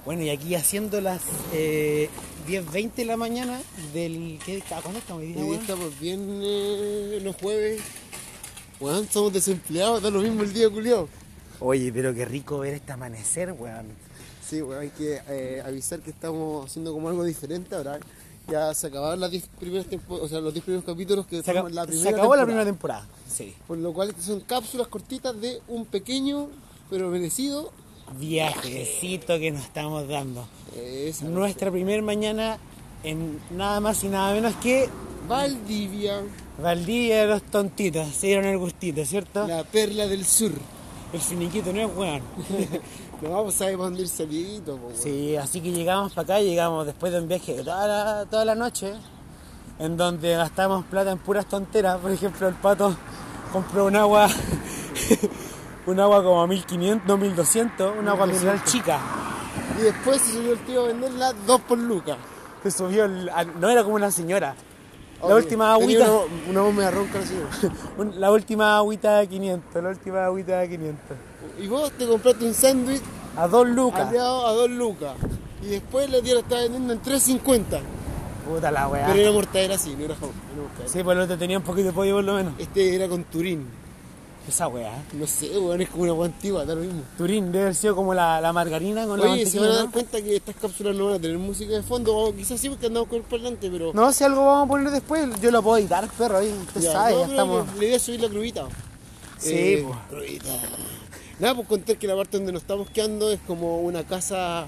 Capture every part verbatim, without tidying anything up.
Bueno, y aquí haciendo las eh, diez veinte de la mañana del... ¿qué, ¿A cuándo estamos hoy día, Hoy día weón? estamos bien eh, los jueves. Weón, somos desempleados, da lo mismo el día, culiao. Oye, pero qué rico ver este amanecer, weón. Sí, weón, hay que eh, avisar que estamos haciendo como algo diferente ahora. Ya se acabaron las diez primeras tempo- o sea, los diez primeros capítulos que Se, aca- forman la se primera acabó la temporada. primera temporada. Sí. Por lo cual estas son cápsulas cortitas de un pequeño pero merecido. Viajecito que nos estamos dando. eh, esa Nuestra primer mañana en nada más y nada menos que Valdivia, Valdivia de los tontitos. Se dieron el gustito, ¿cierto? la perla del sur. El finiquito no es weón. No vamos a ver para dónde ir salidito, po, weón. Sí, así que llegamos para acá, llegamos después de un viaje de toda la, toda la noche, en donde gastamos plata en puras tonteras. Por ejemplo, el Pato compró un agua, un agua como a mil quinientos, no mil doscientos, un agua mineral chica. Y después se subió el tío a venderla dos por lucas. Se subió, el- a- no era como una señora. La Oye, última tenía agüita, Una, una voz media ronca la señora. un- la última agüita de quinientos, la última agüita de quinientos. Y vos te compraste un sándwich A dos lucas. aliado a dos lucas. Y después la tía lo estaba vendiendo en tres cincuenta. Puta la weá. Pero era mortadela así, no era jamón. Era mortadela. Sí, pues el otro tenía un poquito de pollo por lo menos. Este era con Turín. Esa weá. No sé, weón, es como una weá antigua, da lo mismo. Turín debe haber sido como la, la margarina con la Oye, se mantequilla, van a ¿no? dar cuenta que estas cápsulas no van a tener música de fondo, o quizás sí porque andamos con el parlante, pero... No, si algo vamos a poner después, yo lo puedo editar, perro, ahí usted Ya, sabe, no, ya pero estamos... La idea es subir la crudita. Sí, Eh, pues. crudita. Nada, pues contar que la parte donde nos estamos quedando es como una casa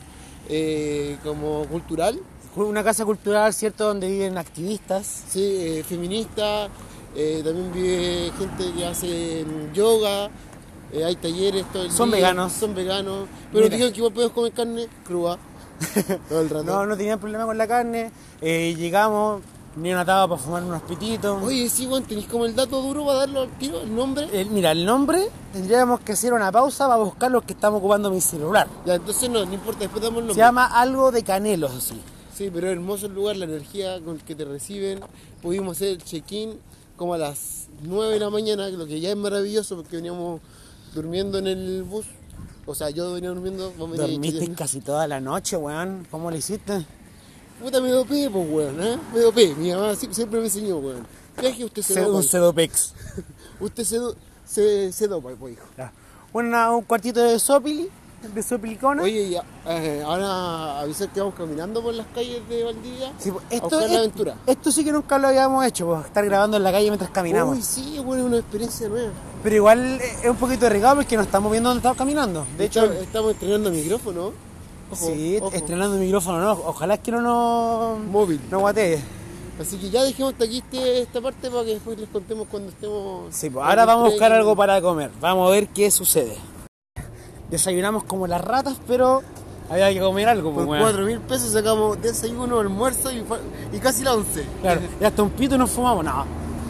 eh, como cultural, Una casa cultural, ¿cierto? Donde viven activistas. sí, eh, feminista, eh, también vive gente que hace mm, yoga, eh, hay talleres todo el Son día, veganos. son veganos, pero Mira. dijeron que igual podemos comer carne cruda todo el rato. No, no tenían problema con la carne. Eh, llegamos, vinieron atados para fumar unos pititos. Oye, sí, Juan, tenéis como el dato duro para darlo al tiro, el nombre. El- mira, el nombre, tendríamos que hacer una pausa para buscar los que estamos ocupando mi celular. Ya, entonces no, no importa, después damos el Se nombre. llama algo de Canelos, así. Sí, pero es hermoso el lugar, la energía con que te reciben. Pudimos hacer el check-in como a las nueve de la mañana, lo que ya es maravilloso porque veníamos durmiendo en el bus. O sea, yo venía durmiendo, vos venías Dormiste chequeando. casi toda la noche, weón. ¿Cómo lo hiciste? Puta, me dopé, pues, weón, ¿eh? Me dopé. Mi mamá sie- siempre me enseñó, weón. Viaje, usted se Se- dopa. un Sedopex. Usted se, do- se, se dopa, pues, hijo. Ya. Una- un cuartito de sopili, de sopilicona. Oye, ya, eh, ahora avisar que vamos caminando por las calles de Valdivia Sí, pues, a esto, buscar la es- aventura. esto sí que nunca lo habíamos hecho, pues, estar grabando en la calle mientras caminamos. Uy, sí, bueno, es una experiencia nueva. Pero igual eh, es un poquito arriesgado porque no estamos viendo dónde estamos caminando. De hecho, Estamos- estamos estrenando micrófono. Ojo, sí, ojo. estrenando el micrófono, ¿no? Ojalá es que no nos Móvil. no guatee. Así que ya dejemos hasta aquí este, esta parte para que después les contemos cuando estemos. Sí, pues en ahora el vamos a buscar tren. algo para comer. Vamos a ver qué sucede. Desayunamos como las ratas, pero había que comer algo, pues, Por weón. cuatro mil pesos sacamos desayuno, almuerzo y, fa- y casi la once. Claro, y hasta un pito nos fumamos, no.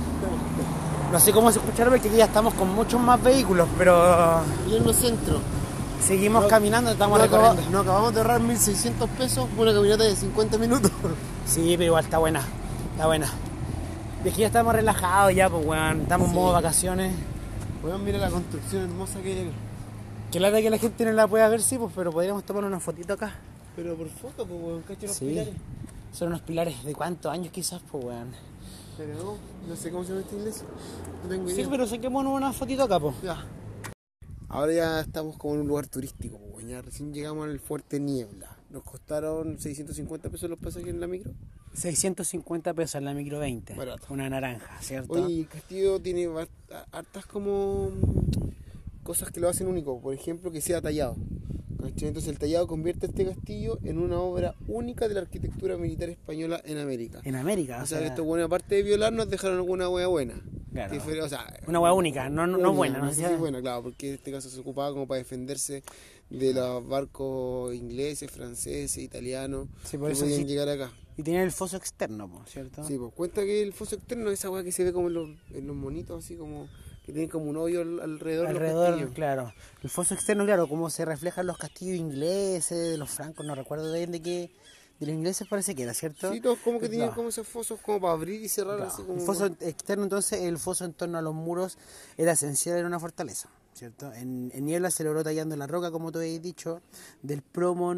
No sé cómo se escuchará porque aquí ya estamos con muchos más vehículos, pero Y en los centros. seguimos No- caminando, estamos no acaba- recorriendo. Nos acabamos de ahorrar mil seiscientos pesos por una caminata de cincuenta minutos. Sí, pero igual está buena, está buena. Y aquí ya estamos relajados ya, pues weón, estamos en Sí. modo vacaciones. Bueno, mira la construcción hermosa que hay acá. Que lata que la gente no la pueda ver, sí, pues, pero podríamos tomar una fotito acá. Pero por foto, pues, weón, cacho los Sí. pilares. Son unos pilares de cuántos años quizás, pues weón. Pero no, no sé cómo se llama esta iglesia. No tengo idea. Sí, pero saquémonos una fotito acá, pues. Ya. Ahora ya estamos como en un lugar turístico, pues, ya recién llegamos al Fuerte Niebla. Nos costaron seiscientos cincuenta pesos los pasajes en la micro. seiscientos cincuenta pesos en la micro veinte. Barato. Una naranja, ¿cierto? Oye, el castillo tiene harta- hartas como cosas que lo hacen único. Por ejemplo, que sea tallado. ¿Cachai? Entonces el tallado convierte este castillo en una obra única de la arquitectura militar española en América. En América, O o sea, sea, estos buenos, aparte de violar, nos dejaron alguna hueá buena. Claro. Difer- o sea, una hueá única, no, no, no única, buena. no No sé sea- si buena, claro, porque en este caso se ocupaba como para defenderse de los barcos ingleses, franceses, italianos Sí, por que eso podían sí. llegar acá. Y tenía el foso externo, po, ¿cierto? Sí, pues cuenta que el foso externo es esa hueá que se ve como en los, en los monitos, así como que tienen como un hoyo al- alrededor, de los Alrededor, castillos. claro. El foso externo, claro, como se reflejan los castillos ingleses, de los francos, no recuerdo bien de qué. De los ingleses parece que era, ¿cierto? Sí, todos como que tenían Claro. como esos fosos como para abrir y cerrar, Claro. así como... El foso externo, entonces, el foso en torno a los muros era esencial en una fortaleza, ¿cierto? En, en Niebla se logró tallando la roca, como tú habéis dicho, del Promon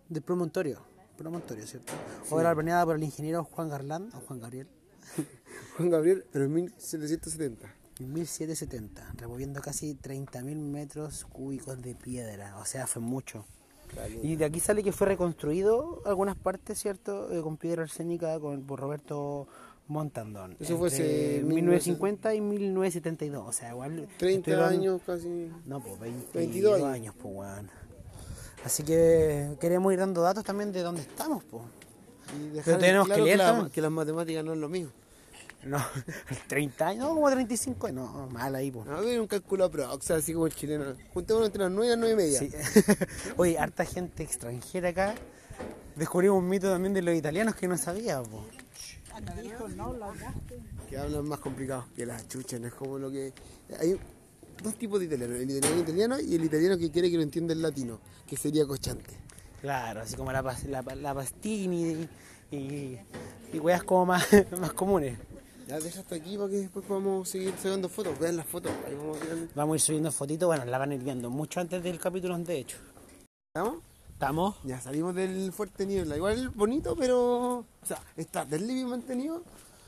del promontorio, promontorio, ¿cierto? Sí. Obra planeada por el ingeniero Juan Garland, o Juan Gabriel. Juan Gabriel, pero en mil setecientos setenta. En mil setecientos setenta, removiendo casi treinta mil metros cúbicos de piedra, o sea, fue mucho. Claro. Y de aquí sale que fue reconstruido algunas partes, ¿cierto? Eh, con piedra arsénica con, por Roberto Montandón. Eso fue hace mil novecientos cincuenta y mil novecientos setenta y dos, o sea, igual... treinta estuvieron, años casi... No, pues veintidós, veintidós años, años pues, bueno. Así que queremos ir dando datos también de dónde estamos, pues. Y dejar Pero tenemos claro que leer que, la, también. que las matemáticas no es lo mismo. No, treinta años, no, como treinta y cinco, no, mal ahí, pues. A ver, un cálculo pro, o sea, así como el chileno. Juntémonos entre las nueve y las nueve y media. Sí. Oye, harta gente extranjera acá. Descubrimos un mito también de los italianos que no sabía, po. Que hablan más complicados que las chuchas, no es como lo que... Hay dos tipos de italianos, el italiano italiano y el italiano que quiere que lo entienda el latino, que sería cochante. Claro, así como la, la, la pastini y, y, y weas como más, más comunes. Ya deja hasta aquí para que después podamos seguir sacando fotos. Vean las fotos. Ahí vamos, a ver. Vamos a ir subiendo fotitos, bueno, la van a ir viendo mucho antes del capítulo, de hecho. ¿Estamos? ¿Estamos? Ya salimos del Fuerte Niebla. Igual bonito, pero... O sea, está del bien mantenido,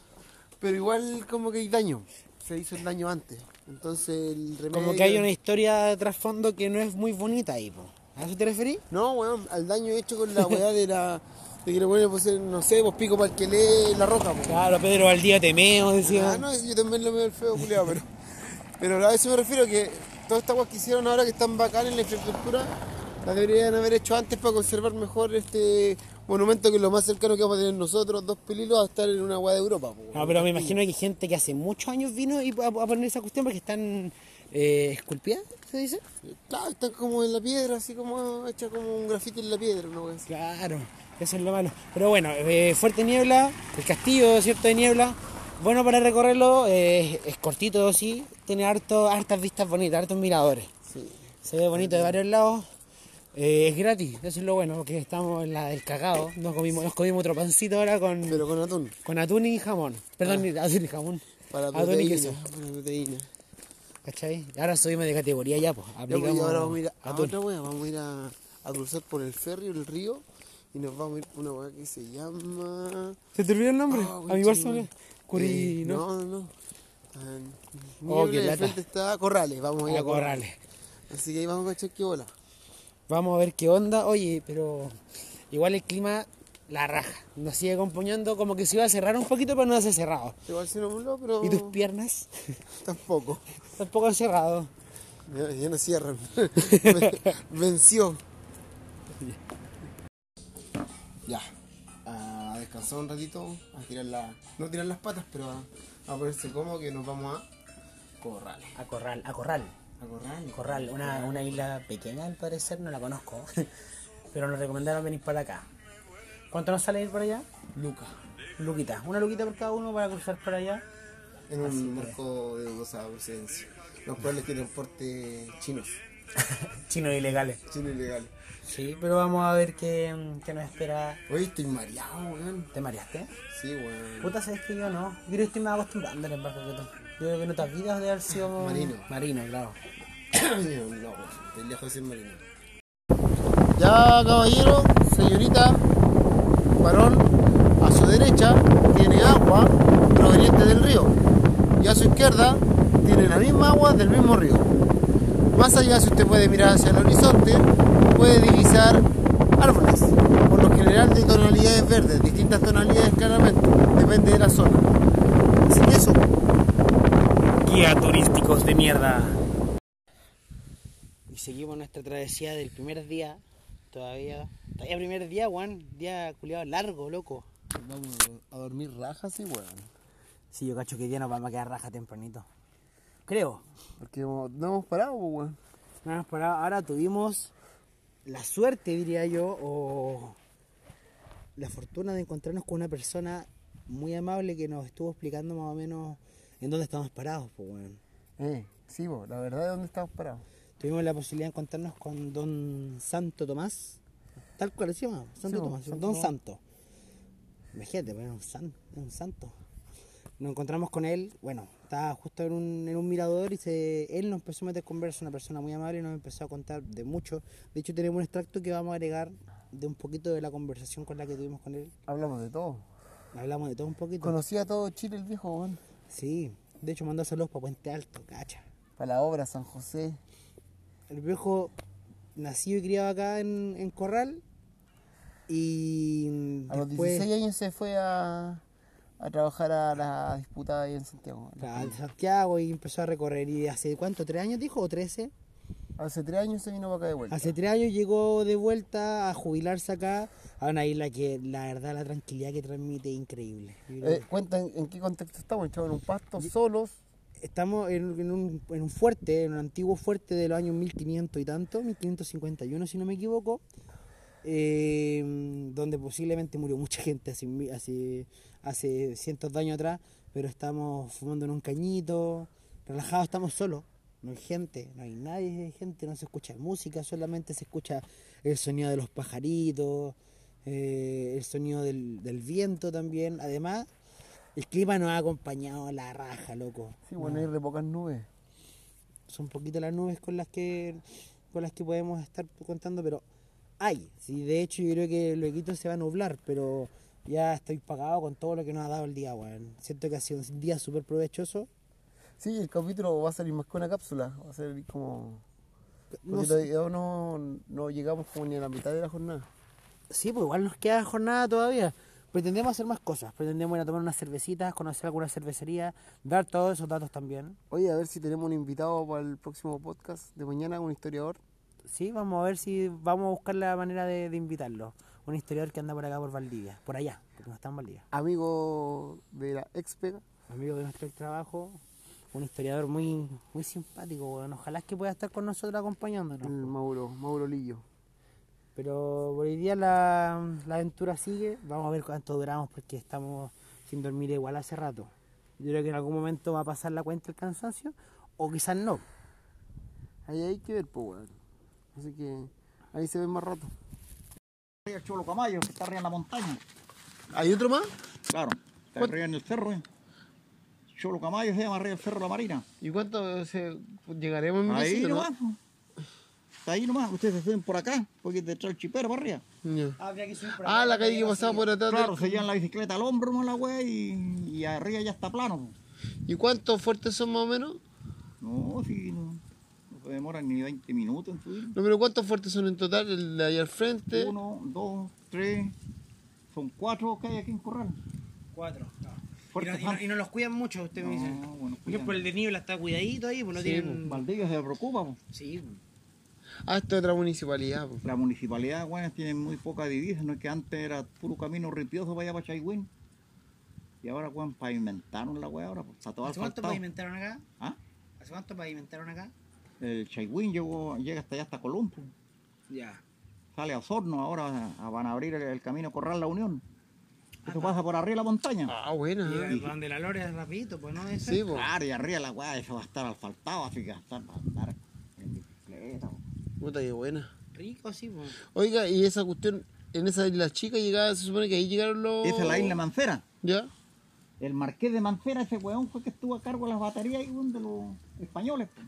pero igual como que hay daño. Se hizo el daño antes. Entonces el remedio... Como que hay una historia de trasfondo que no es muy bonita ahí, po. ¿A eso te referís? No, weón, al daño hecho con la weá de la... De que le ponen, pues, no sé, pues pico para el que lee la roca, pues. Claro, Pedro Valdía Temeo, decía. Ah, no, yo también lo veo el feo, culiado, pero... Pero a eso me refiero, que todas estas weas que hicieron ahora que están bacanas en la infraestructura, las deberían haber hecho antes para conservar mejor este monumento, que es lo más cercano que vamos a tener nosotros, dos pelilos, a estar en una weá de Europa, pues. No, pero me imagino que hay gente que hace muchos años vino y a, a poner esa cuestión porque están eh, esculpidas, ¿se dice? Claro, están como en la piedra, así como hecha como un grafiti en la piedra, una wea así. Claro. Eso es lo malo. Pero bueno, eh, Fuerte Niebla, el castillo, ¿cierto? De Niebla. Bueno para recorrerlo, eh, es cortito, sí. Tiene harto, hartas vistas bonitas, hartos miradores. Sí. Se ve bonito de varios lados. Eh, es gratis, eso es lo bueno, porque estamos en la del cagado. Nos comimos, nos comimos otro pancito ahora con, Pero con atún. con atún y jamón. Perdón, Ah. atún y jamón. Para Atún y proteína, queso. para proteína. ¿Cachai? Ahora subimos de categoría ya, pues. Ya, pues, Aplicamos y ahora vamos a ir a, a atún. otra wea, vamos a ir a, a cruzar por el ferry, el río, y nos vamos a ir por una wea que se llama... ¿Se te olvidó el nombre? Oh, a mi igual concha, suena. eh, Curi, ¿no? No, no, no. Ah, Oh, Niebla, qué de lata. frente está Corrales, vamos a ir A a Corrales. Corrales. Así que ahí vamos a cachar qué bola. Vamos a ver qué onda. Oye, pero igual el clima la raja. Nos sigue acompañando como que se iba a cerrar un poquito, pero no se ha cerrado. Igual se nos voló, pero... ¿Y tus piernas? Tampoco. Tampoco han cerrado. Ya, ya no cierran. Venció. Ya. A descansar un ratito, a tirar la... No tirar las patas, pero a, a ponerse cómodo, que nos vamos a Corrales. A Corral, a Corral. A Corrales. Corral, una, una isla pequeña al parecer, no la conozco. Pero nos recomendaron venir para acá. ¿Cuánto nos sale ir para allá? Luca. Luquita, una luquita por cada uno para cruzar para allá. En Así un que- marco de dudosa procedencia. Los cuales tienen porte chinos. Chinos ilegales. Chino ilegal. Sí, pero vamos a ver qué, qué nos espera. Oye, estoy mareado, weón. ¿Te mareaste? Sí, weón. Puta, sabes que yo no. Yo creo que estoy más acostumbrando en el barco que tú. Yo creo que en otras vidas de haber sido... Marino. Marino, claro. No, weón. Estoy lejos de ser marino. Ya, caballero, señorita, varón, a su derecha tiene agua proveniente del río. Y a su izquierda tiene la misma agua del mismo río. Más allá, si usted puede mirar hacia el horizonte, puede divisar árboles, por lo general de tonalidades verdes, distintas tonalidades claramente, depende de la zona. Así que eso. Guía turísticos de mierda. Y seguimos nuestra travesía del primer día. Todavía. Todavía primer día, Juan. Día culiado largo, loco. Vamos a dormir rajas, sí, weón. Sí, yo cacho que hoy día nos vamos a quedar raja tempranito. Creo. Porque no hemos parado, weón. No hemos parado. Ahora tuvimos la suerte, diría yo, o la fortuna de encontrarnos con una persona muy amable que nos estuvo explicando más o menos en dónde estamos parados, pues, bueno. Eh, sí, bo, la verdad es dónde estamos parados. Tuvimos la posibilidad de encontrarnos con don Santo Tomás, tal cual se llama, Santo Sí, Tomás, Santo don Tomás. Santo. Imagínate, pues, era un, san, era un santo. Nos encontramos con él, bueno, estaba justo en un, en un mirador y se, él nos empezó a meter conversa, una persona muy amable, y nos empezó a contar de mucho. De hecho, tenemos un extracto que vamos a agregar de un poquito de la conversación con la que tuvimos con él. Hablamos de todo. Hablamos de todo un poquito. Conocía todo Chile el viejo, weón. Sí, de hecho mandó saludos para Puente Alto, cacha. Para la obra San José. El viejo nacido y criado acá en, en Corral. Y A los después, dieciséis años se fue a, a trabajar a la disputada ahí en Santiago. a Santiago y empezó a recorrer. ¿Y hace cuánto? ¿Tres años dijo? ¿O trece? Hace tres años se vino para acá de vuelta. Hace tres años llegó de vuelta a jubilarse acá a una isla que la verdad la tranquilidad que transmite es increíble. Yo creo Eh, cuenta en, en qué contexto estamos, estamos en un pasto, solos. Estamos en, en, un, en un fuerte, en un antiguo fuerte de los años mil quinientos y tanto, mil quinientos cincuenta y uno si no me equivoco, eh, donde posiblemente murió mucha gente hace, hace, hace cientos de años atrás, pero estamos fumando en un cañito, relajados, estamos solos. No hay gente, no hay nadie de gente, no se escucha música, solamente se escucha el sonido de los pajaritos, eh, el sonido del, del viento también. Además, el clima nos ha acompañado a la raja, loco. Sí, bueno, No, hay re pocas nubes. son poquitas las nubes con las que con las que podemos estar contando, pero hay. Sí, de hecho, yo creo que luego se va a nublar, pero ya estoy pagado con todo lo que nos ha dado el día, weón. Siento que ha sido un día súper provechoso. Sí, el capítulo va a salir más que una cápsula. Va a salir como... No Porque sé. todavía no, no llegamos como ni a la mitad de la jornada. Sí, pues igual nos queda jornada todavía. Pretendemos hacer más cosas. Pretendemos ir a tomar unas cervecitas, conocer alguna cervecería, dar todos esos datos también. Oye, a ver si tenemos un invitado para el próximo podcast de mañana, un historiador. Sí, vamos a ver si vamos a buscar la manera de, de invitarlo. Un historiador que anda por acá por Valdivia, por allá, porque no está en Valdivia. Amigo de la Expega. Amigo de nuestro trabajo, un historiador muy muy simpático, bueno. Ojalá que pueda estar con nosotros acompañándonos. El Mauro, Mauro Lillo. Pero por hoy día la, la aventura sigue. Vamos a ver cuánto duramos porque estamos sin dormir igual hace rato. Yo creo que en algún momento va a pasar la cuenta el cansancio, o quizás no. Ahí hay que ver, pues, weón. Así que ahí se ve más rato. El Cholo Camayo, que está arriba en la montaña. ¿Hay otro más? Claro, está ¿Cuál? arriba en el cerro. ¿eh? Cholo Camayo se llama arriba del cerro La Marina. ¿Y cuánto se... llegaremos en Ahí bicicleta, nomás. pues. Está ahí nomás. Ustedes se suben por acá, porque detrás del chipero para arriba. ¿no? Ya. Habría que subir por Ah, la calle que pasaba por atrás. Claro, del- se llevan la bicicleta al hombro, ¿no? La wea, y, y arriba ya está plano. pues. ¿Y cuántos fuertes son más o menos? No, si no, no se demoran ni veinte minutos en subir. No, pero ¿cuántos fuertes son en total? El de allá al frente. Uno, dos, tres. Son cuatro que hay aquí en Corral. Cuatro. No. Y, Fuerte no, y, fan. no, y no los cuidan mucho, usted me No, dice. bueno, Por ejemplo, el de Niebla está cuidadito ahí, pues no Sí, tienen... Valdivia se preocupa. pues. Sí, Ah, esta es otra municipalidad. Po. La municipalidad, bueno, tiene muy poca divisa, no es que antes era puro camino ripioso para allá para Chaigüín. Y ahora, weón, pavimentaron la weá ahora, pues, está todo ¿Hace cuánto asfaltado. pavimentaron acá? ¿Ah? ¿Hace cuánto pavimentaron acá? El Chaigüín llegó, llega hasta allá, hasta Columpo. Ya. Sale a Osorno, ahora a- van a abrir el, el camino Corral La Unión. Eso Ah, pasa por arriba de la montaña. Ah, buena. Llega ¿eh? donde la Lore es rapidito, pues no es. Sí, po. Claro, y arriba la weá, eso va a estar asfaltado, así que va a estar para andar en bicicleta. po. Puta que buena. Rico, sí, pues. Oiga, y esa cuestión, en esa isla chica llegaba, se supone que ahí llegaron los... Esa es la isla Mancera. ¿Ya? El marqués de Mancera, ese weón fue que estuvo a cargo de las baterías y weón, de los españoles. po.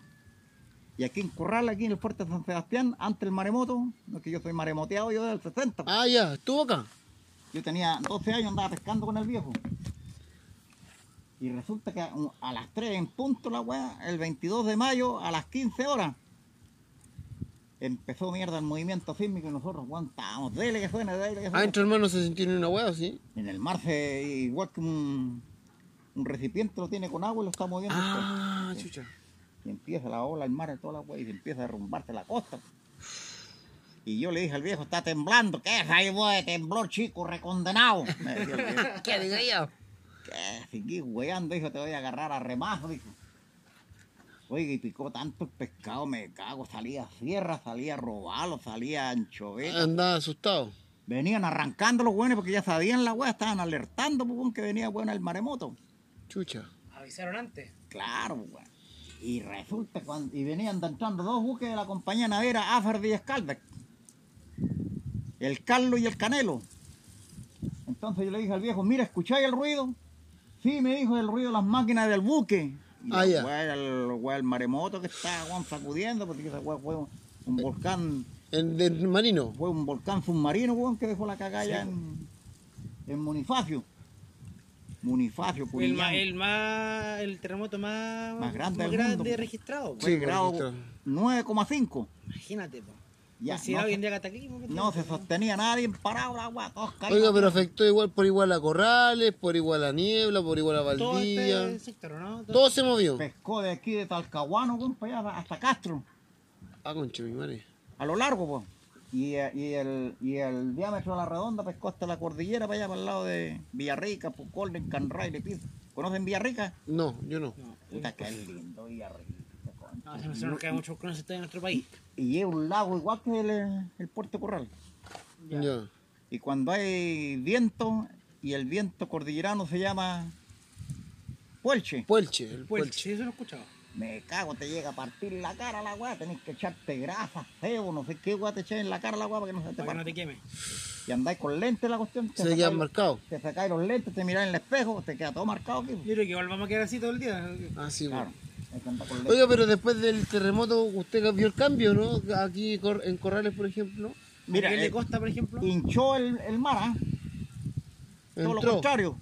Y aquí en Corral, aquí en el fuerte de San Sebastián, antes el maremoto, no es que yo soy maremoteado, yo del sesenta. po. Ah, ya, estuvo acá. Yo tenía doce años, andaba pescando con el viejo. Y resulta que a a las tres en punto la weá, el veintidós de mayo, a las quince horas, empezó mierda el movimiento sísmico y nosotros, weón, estábamos, dele que suene, dele que Ah, suene. entre hermanos se sintieron una hueá, ¿sí? En el mar se, igual que un, un recipiente lo tiene con agua y lo está moviendo. Ah, chucha. Y empieza la ola, el mar y toda la weá, y se empieza a derrumbarse la costa. Y yo le dije al viejo, está temblando. ¿Qué es ahí, weón? Temblor, chico, recondenado. Me decía el viejo. ¿Qué digo yo? ¿Qué? Seguí weando, dijo, te voy a agarrar a remazo, dijo. Oiga, y picó tanto el pescado, me cago. Salía sierra, salía robalo, salía anchoveta. Andaba asustado. Venían arrancando los weones porque ya sabían la weá, estaban alertando, pues, weón, que venía weón el maremoto. Chucha. Avisaron antes. Claro, weón. Y resulta, cuando, y venían entrando dos buques de la compañía navera Aferdi y Scalbeck. El Carlos y el Canelo. Entonces yo le dije al viejo, mira, ¿escucháis el ruido? Sí, me dijo el ruido de las máquinas del buque. Y Ah, la ya. weá era el, weá, el maremoto que está weón, sacudiendo, porque ese weá fue un volcán En, del marino. Fue un volcán submarino, weón, que dejó la cagada allá en, en Bonifacio. Bonifacio, El, ma- Puriñán. el más el terremoto más, Más grande más del grande mundo. registrado. Fue Sí, grado registrado. nueve coma cinco. Imagínate, po. Ya, Si no hoy se- en día cataclismo. ¿qué No te- se sostenía nadie en parado, la weá, todos caídos. Oiga, pero afectó igual por igual a Corrales, por igual a Niebla, por igual a Todo Valdivia. este sector, ¿no? Todo- Todo se movió. Pescó de aquí de Talcahuano, weón, para allá, hasta Castro, Ah, concha mi madre. a lo largo, pues. Y, eh, y, el, y el diámetro de la redonda pescó hasta la cordillera, para allá, para el lado de Villarrica, Pucolden, Canray, Lepiz. ¿Conocen Villarrica? No, yo no. No, Puta, que es lindo Villarrica, concha. no, se nos- se nos queda mucho con ese en nuestro país. Y es un lago igual que el, el Puerto Corral. Ya. Ya. Y cuando hay viento, y el viento cordillerano se llama Puelche. Puelche, el Pues, Puelche. sí, eso lo he escuchado. Me cago, te llega a partir la cara la weá, tenés que echarte grasa, cebo, no sé qué weá te echáis en la cara la weá para que no se te Para que no parta. te queme. Y andáis con lentes la cuestión, te Se le sacáis- quedan marcados. te sacáis los lentes, te miráis en el espejo, te queda todo marcado aquí. Yo creo que igual vamos a quedar así todo el día. Ah, sí, Claro, bueno. hay que andar con lentes. Oiga, pero después del terremoto, usted vio el cambio, ¿no? Aquí cor- en Corrales, por ejemplo. Mira, Mira, de eh, Costa, por ejemplo. hinchó el, el mar, ¿ah? Todo lo Entró. contrario.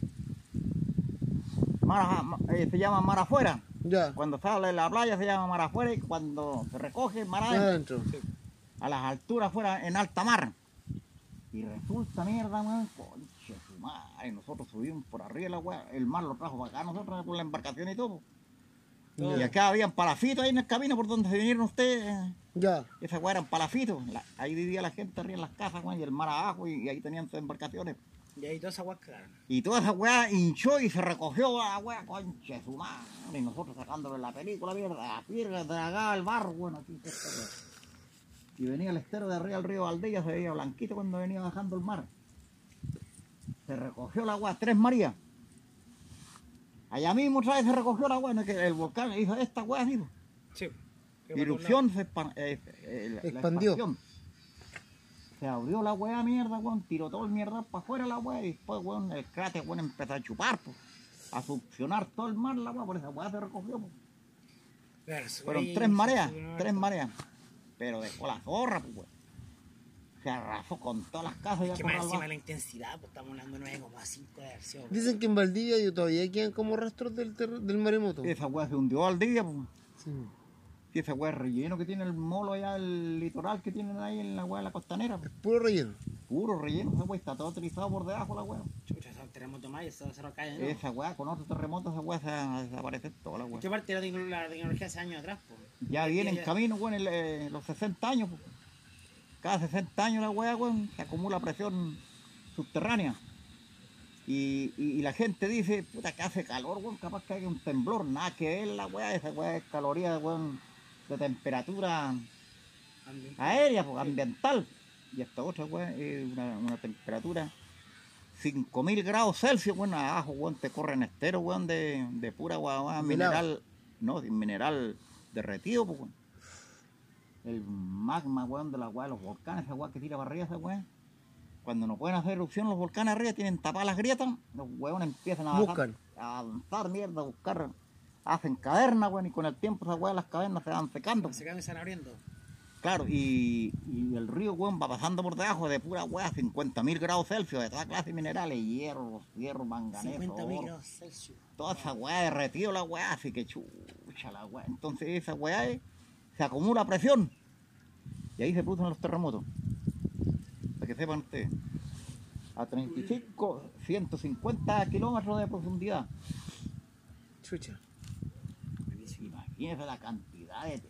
Mar, a- ma- eh, se llama mar afuera. Ya. Cuando sale de la playa se llama mar afuera y cuando se recoge mar adentro. Adentro. A las alturas fuera en alta mar. Y resulta mierda, weón, conche su madre, nosotros subimos por arriba de la weá, el mar lo trajo para acá nosotros con la embarcación y todo. Ya. Y acá habían palafitos ahí en el camino por donde se vinieron ustedes. Ya. Esas weá eran palafitos. La- ahí vivía la gente arriba en las casas, weón, y el mar abajo, y, y ahí tenían sus embarcaciones. Y ahí todas esas aguas quedaron. Y toda esa weá hinchó y se recogió la weá, conche su madre. Y nosotros sacándole la película, mierda, la piedra, tragaba el barro, bueno, aquí está esta weá. Y venía el estero de arriba del río Valdella, se veía blanquito cuando venía bajando el mar. Se recogió la weá, Tres Marías. Allá mismo otra vez se recogió la weá, no es que el volcán hizo esta weá así, pues. Sí. Irrupción se expan- eh, eh, la- la Expandió. expansión. Se abrió la weá mierda, weón, tiró todo el mierda para afuera la weá y después, weón, el cráter, weón, empezó a chupar, pues, a succionar todo el mar la weá, por esa weá se recogió, pues. Claro, eso Fueron ahí- tres mareas, eso no- tres mareas. Pero dejó la zorra, pues, weón. Se arrasó con todas las casas y Es que más Corral encima Bajo. la intensidad, pues estamos hablando de nueve coma cinco de versión. Dicen que en Valdivia y todavía quedan como rastros del, ter- del maremoto. Esa weá se hundió al día, pues. Sí. Y ese weá relleno que tiene el molo allá, el litoral que tienen ahí en la weá de la costanera, pues. Puro relleno. Puro relleno, esa weá está todo utilizado por debajo la weá. Chucha, son terremotos más y eso se nos cae de nuevo. Esa weá, con otro terremoto, esa weá se va a desaparecer toda la weá. ¿Qué parte de la, tecno- la tecnología hace años atrás? Pues? Ya viene en ya- camino, weón, el, eh, los sesenta años, pues. Cada sesenta años la weá, weón, se acumula presión subterránea. Y, y, y la gente dice, puta, que hace calor, weón, capaz que haya un temblor. Nada que ver la weá, esa weá es caloría, weón, de temperatura aérea, pues, ambiental. Y esta otra weá es una, una temperatura cinco mil grados Celsius, weón, abajo, weón, te corren esteros, weón, de, de pura weá, weá, Helado. mineral, no, de mineral derretido, pues, weón. El magma, weón, de la weá, los volcanes, esa weá que tira para arriba, esa weá. Cuando no pueden hacer erupción los volcanes arriba, tienen tapadas las grietas, los weones empiezan a bajar, Buscan. a avanzar, mierda, a buscar, hacen cavernas, weón, y con el tiempo esas weas, las cavernas se van secando. Se quedan, se van abriendo. Claro, y, y el río, weón, va pasando por debajo de pura weá, cincuenta mil grados Celsius, de toda clase de minerales, hierro, hierro, manganeso, cincuenta mil oro, grados Celsius. toda esa weá derretido la weá, así que chucha la weá. Entonces esa weá es- se acumula presión y ahí se producen los terremotos. Para que sepan ustedes. A treinta y cinco, ciento cincuenta kilómetros de profundidad. Chucha. Imagínense la cantidad de...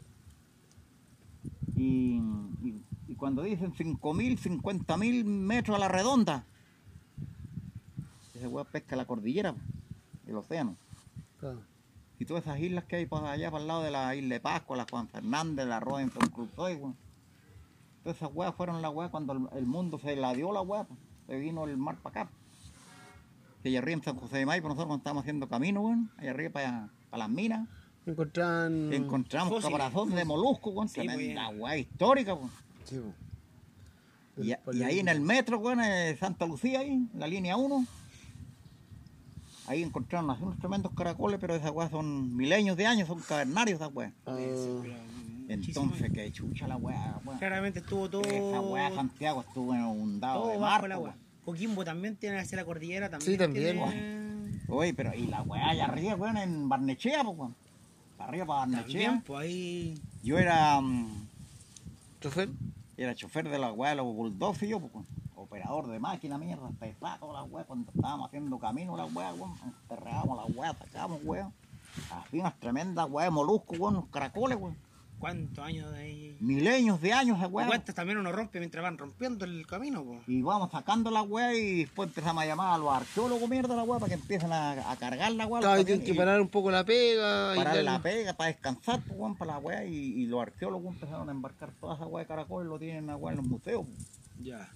Y, y, y cuando dicen cinco mil, cincuenta mil metros a la redonda, ese weá pesca la cordillera, el océano. Claro. Y todas esas islas que hay para allá, para el lado de la isla de Pascua, la Juan Fernández, la Robinson Crusoe, weón. Todas esas weas fueron la wea cuando el, el mundo se la dio la wea, pues, se vino el mar para acá. Que allá arriba en San José de Mayo, nosotros cuando estábamos haciendo camino, weón, allá arriba para, para las minas, Encontraban. encontramos fósiles. caparazón de molusco, weón, Sí, tremenda pues. wea histórica, weón. Sí, po. Y, y ahí en el metro, weón, de Santa Lucía, ahí, en la línea uno, ahí encontraron así unos tremendos caracoles, pero esas weas son milenios de años, son cavernarios esas weas. Ah, Pero Entonces, que chucha la weá, weón. Claramente estuvo todo. Esa weá Santiago estuvo inundado todo de bajo mar, el agua. Coquimbo también tiene hacia la cordillera también. Sí, también. tiene- Oye, pero y la weá allá arriba, weón, en Barnechea, pues, weón. Para arriba, para Barnechea. También, pues ahí. Yo era, mm, ¿Chofer? era chofer de la weá de los bulldogs, yo, pues, weón. Operador de máquina, mierda, pesada, toda la weá. Cuando estábamos haciendo camino, la weá, weón, enterrábamos la weá, sacábamos, weón. Había unas tremendas weá de moluscos, weón, unos caracoles, weón. ¿Cuántos años de ahí? Milenios de años de Y weá. cuántas también uno rompe mientras van rompiendo el camino, pues. Y vamos sacando la weá y después empezamos a llamar a los arqueólogos, mierda, la weá, para que empiecen a, a cargar la weá. Claro, los y tienen que camiones, parar un poco la pega. y y parar darle- la pega para descansar, pues, weón, para la weá. Y, y los arqueólogos empezaron a embarcar toda esa weá de caracol y lo tienen la weá en los museos. Pues. Ya.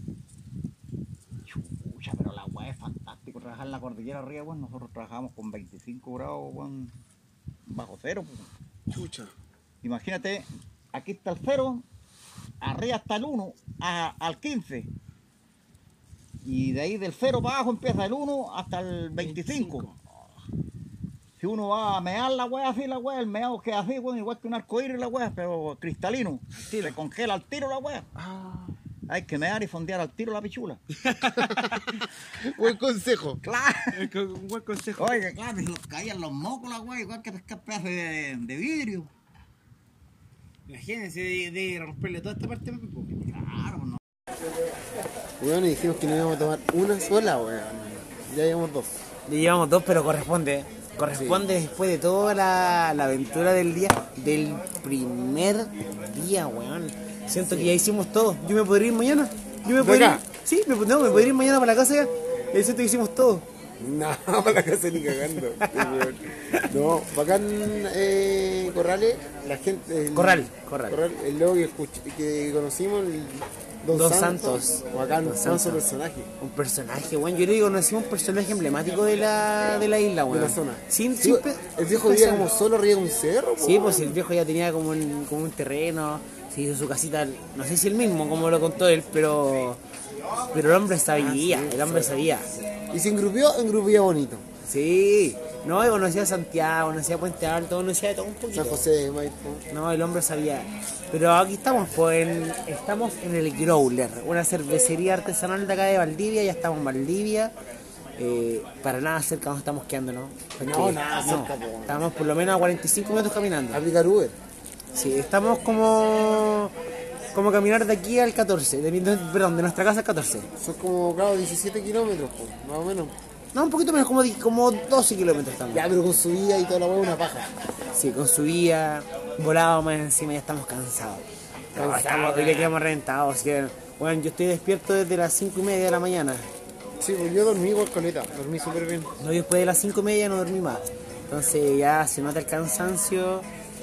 Chucha, pero la weá es fantástico trabajar en la cordillera arriba, weón. Nosotros trabajamos con veinticinco grados, weón, bajo cero, pues. Chucha. Imagínate, aquí está el cero, arriba está el uno, a- al quince. Y de ahí del cero para abajo empieza el uno hasta el veinticinco. Si uno va a mear la weá así, la weá, el meado queda así, weón, igual que un arcoíris la weá, pero cristalino. Se congela al tiro la weá. Ah, Hay que mear y fondear al tiro la pichula. buen consejo. Claro. Un buen consejo. Oye, claro, si los caían los mocos la weá, igual que pescar pedazos de, de vidrio. Imagínense de, de romperle toda esta parte. Pues. Claro, no. Weón, y dijimos que no íbamos a tomar una sola, weón. Ya llevamos dos. Le llevamos dos, pero corresponde. Corresponde después de toda la, la aventura del día, del primer día, weón. Siento que ya hicimos todo. Yo me podría ir mañana. Yo me ¿De podría acá? ir. Sí, me, no, me podría ir mañana para la casa ya. Y siento que hicimos todo. No, para la casa ni cagando. No, bacán eh, Corrales, la gente. El, Corral, Corral. el logo que, escuch- que conocimos, el Don, Don Santos. Santos. Bacán, Don un Santos. personaje Un personaje, weón. Yo le digo, conocimos un personaje emblemático de la, de la isla, de weón. la zona. Sin, Sí, sin pe- el viejo sin vivía pensar. como solo arriba de un cerro. po. Sí, pues el viejo ya tenía como un, como un terreno, se hizo su casita, no sé si el mismo, como lo contó él, pero pero el hombre sabía, el hombre sabía. Y se engrupió, engrupía bonito. Sí, no, y conocía Santiago, conocía Puente Alto, conocía de todo un poquito. San José de Maipo. No, el hombre sabía. Pero aquí estamos, pues, en- estamos en el Growler, una cervecería artesanal de acá de Valdivia, ya estamos en Valdivia. Eh, para nada cerca nos estamos quedando, ¿no? Porque- No, nada cerca, po. Estamos por lo menos a cuarenta y cinco minutos caminando. Aplicar Uber. Sí, estamos como como caminar de aquí al catorce, de, mi- de- perdón, de nuestra casa al catorce. Son como, claro, diecisiete kilómetros, po, más o menos. No, un poquito menos, como, di- como doce kilómetros estamos. Ya, pero con subida y toda la hueá una paja. Sí, con subida, volábamos más encima, ya estamos cansados. No, Cansados, estamos, hoy día quedamos reventados. Así que, bueno, yo estoy despierto desde las cinco y media de la mañana. Sí, pues yo dormí igual coleta, dormí súper bien. No, y después de las cinco y media no dormí más. Entonces ya se nota el cansancio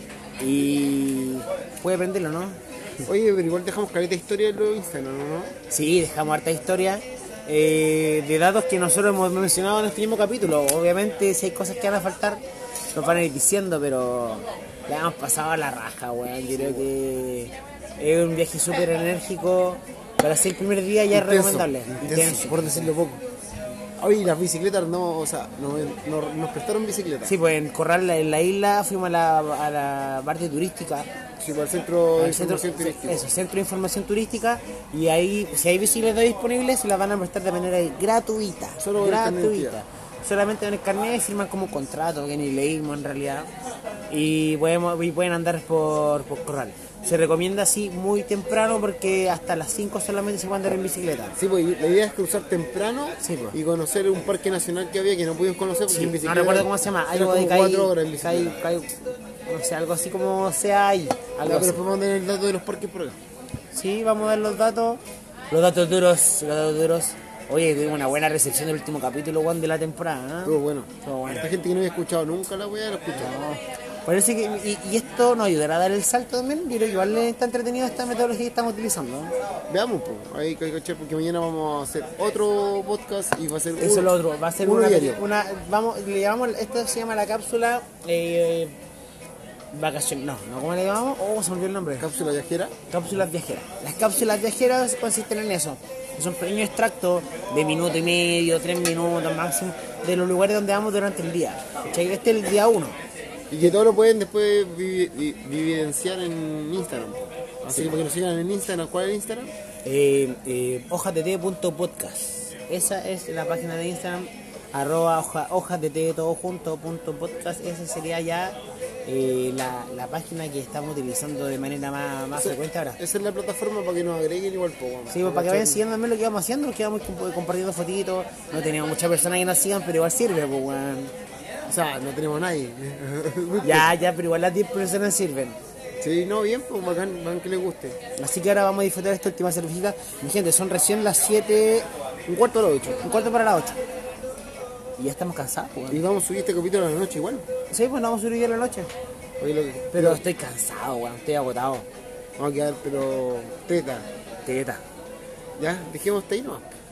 y puede prenderlo, ¿no? Oye, pero igual dejamos caleta de historia en los Instagram, ¿no? Sí, dejamos harta historia eh, de datos que nosotros hemos mencionado en este mismo capítulo. Obviamente, si hay cosas que van a faltar, nos van a ir diciendo, pero le hemos pasado a la raja, weón. Yo creo que es un viaje súper enérgico. Para ser el primer día ya es Intenso, recomendable. intenso, por decirlo poco. Oye, las bicicletas no, o sea, no, no- nos prestaron bicicletas. Sí, pues en Corral, en la isla, fuimos a la, a la parte turística. Sí, para el centro de al centro, información turística. eso, centro de información turística, y ahí si hay bicicletas disponibles se las van a prestar de manera gratuita, Solo con el carnet de gratuita. identidad. Solamente con el carnet firman como un contrato que ni leímos en realidad y, podemos, y pueden andar por, por Corral. Se recomienda así muy temprano porque hasta las cinco solamente se puede andar en bicicleta. Sí, pues la idea es cruzar temprano Sí, pues. y conocer un parque nacional que había que no pudimos conocer porque Sí, en no bicicleta. recuerdo cómo se llama, era algo como de Cai, cuatro horas en Cai- bicicleta. Cai- no sé, algo así como sea ahí. Ya, Algo pero así. después vamos a tener el dato de los parques por acá. Sí, vamos a dar los datos. Los datos duros, los datos duros. Oye, tuvimos una buena recepción del último capítulo, Juan, de la temporada. ¿eh? Estuvo bueno. Estuvo bueno. Esta gente que no había escuchado nunca la weá, la escuchó. Parece que, y, y esto nos ayudará a dar el salto también. Yo creo que igual está entretenido esta metodología que estamos utilizando. ¿no? Veamos, pues, ahí que hay que cachar, porque mañana vamos a hacer otro podcast y va a ser Eso es lo otro. Va a ser uno una, diario. una. Vamos, le llamamos. Esto se llama la cápsula. Eh, vacación. No, no, ¿cómo le llamamos? Oh, se me olvidó el nombre. cápsula viajera. Cápsulas viajeras. Las cápsulas viajeras consisten en eso. Son pequeños extractos de minuto y medio, tres minutos máximo, de los lugares donde vamos durante el día. ¿Cachai? Este es el día uno. Y que todo lo pueden después vi- vi- vivenciar en Instagram. po. Así que para que nos sigan en Instagram, ¿cuál es el Instagram? Eh, eh, hojasdete.podcast. Esa es la página de Instagram, arroba hoja, hojas de té todo junto punto podcast. Esa sería ya eh, la, la página que estamos utilizando de manera más, más Esa- frecuente ahora. Esa es la plataforma para que nos agreguen igual poco. Sí, pues, para que vayan siguiendo también lo que vamos haciendo, que vamos comp- compartiendo fotitos. No teníamos muchas personas que nos sigan, pero igual sirve, pues, weón. O sea, no tenemos nadie. Ya, ya, pero igual las diez personas sirven. Sí, no, bien, pues bacán, bacán que les guste. Así que ahora vamos a disfrutar de esta última cervecita. Mi gente, son recién las siete, un cuarto de las ocho, un cuarto para las ocho. Y ya estamos cansados, Y weón. vamos a subir este capítulo a la noche igual. Sí, pues no vamos a subir hoy en la noche. Oye, lo que- Pero estoy cansado, weón, estoy agotado. Vamos a quedar, pero teta. Teta. Ya, dejemos hasta ahí nomás.